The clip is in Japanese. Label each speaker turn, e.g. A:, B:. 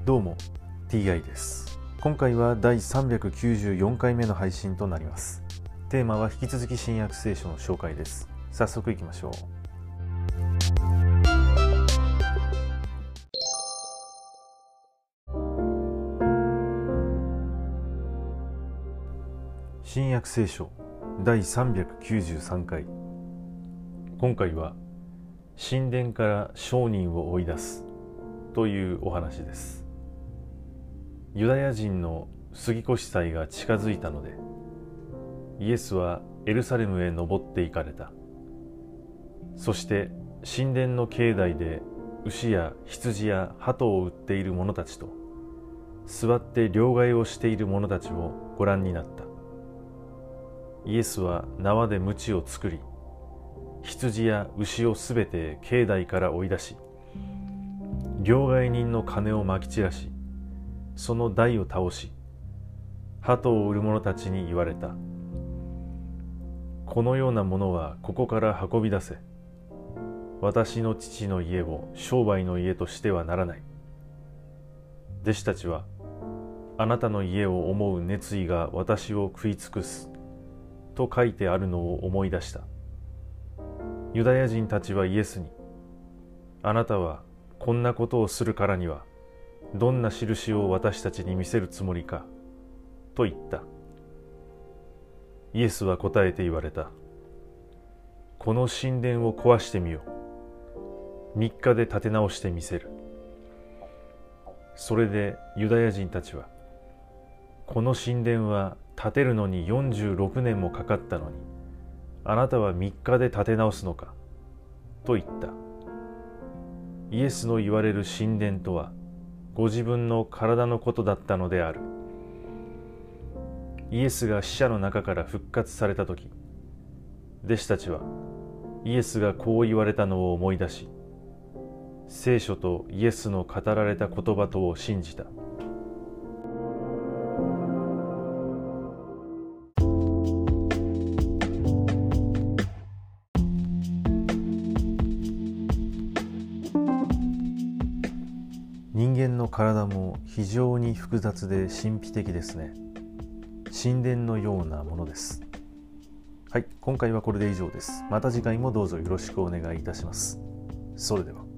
A: どうも TI です。今回は第394回目の配信となります。テーマは引き続き新約聖書の紹介です。早速いきましょう。新約聖書第393回。今回は神殿から商人を追い出すというお話です。ユダヤ人の杉越祭が近づいたので、イエスはエルサレムへ登って行かれた。そして神殿の境内で牛や羊や鳩を売っている者たちと座って両替をしている者たちをご覧になった。イエスは縄で鞭を作り、羊や牛をすべて境内から追い出し、両替人の金をまき散らし、その台を倒し、鳩を売る者たちに言われた。このようなものはここから運び出せ。私の父の家を商売の家としてはならない。弟子たちは、あなたの家を思う熱意が私を食い尽くす。と書いてあるのを思い出した。ユダヤ人たちはイエスに、あなたはこんなことをするからには、どんな印を私たちに見せるつもりか、と言った。イエスは答えて言われた。この神殿を壊してみよう。3日で建て直してみせる。それでユダヤ人たちは、この神殿は建てるのに46年もかかったのに、あなたは3日で建て直すのか、と言った。イエスの言われる神殿とは、ご自分の体のことだったのである。イエスが死者の中から復活されたとき、弟子たちはイエスがこう言われたのを思い出し、聖書とイエスの語られた言葉とを信じた。人間の体も非常に複雑で神秘的ですね。神殿のようなものです。はい、今回はこれで以上です。また次回もどうぞよろしくお願いいたします。それでは。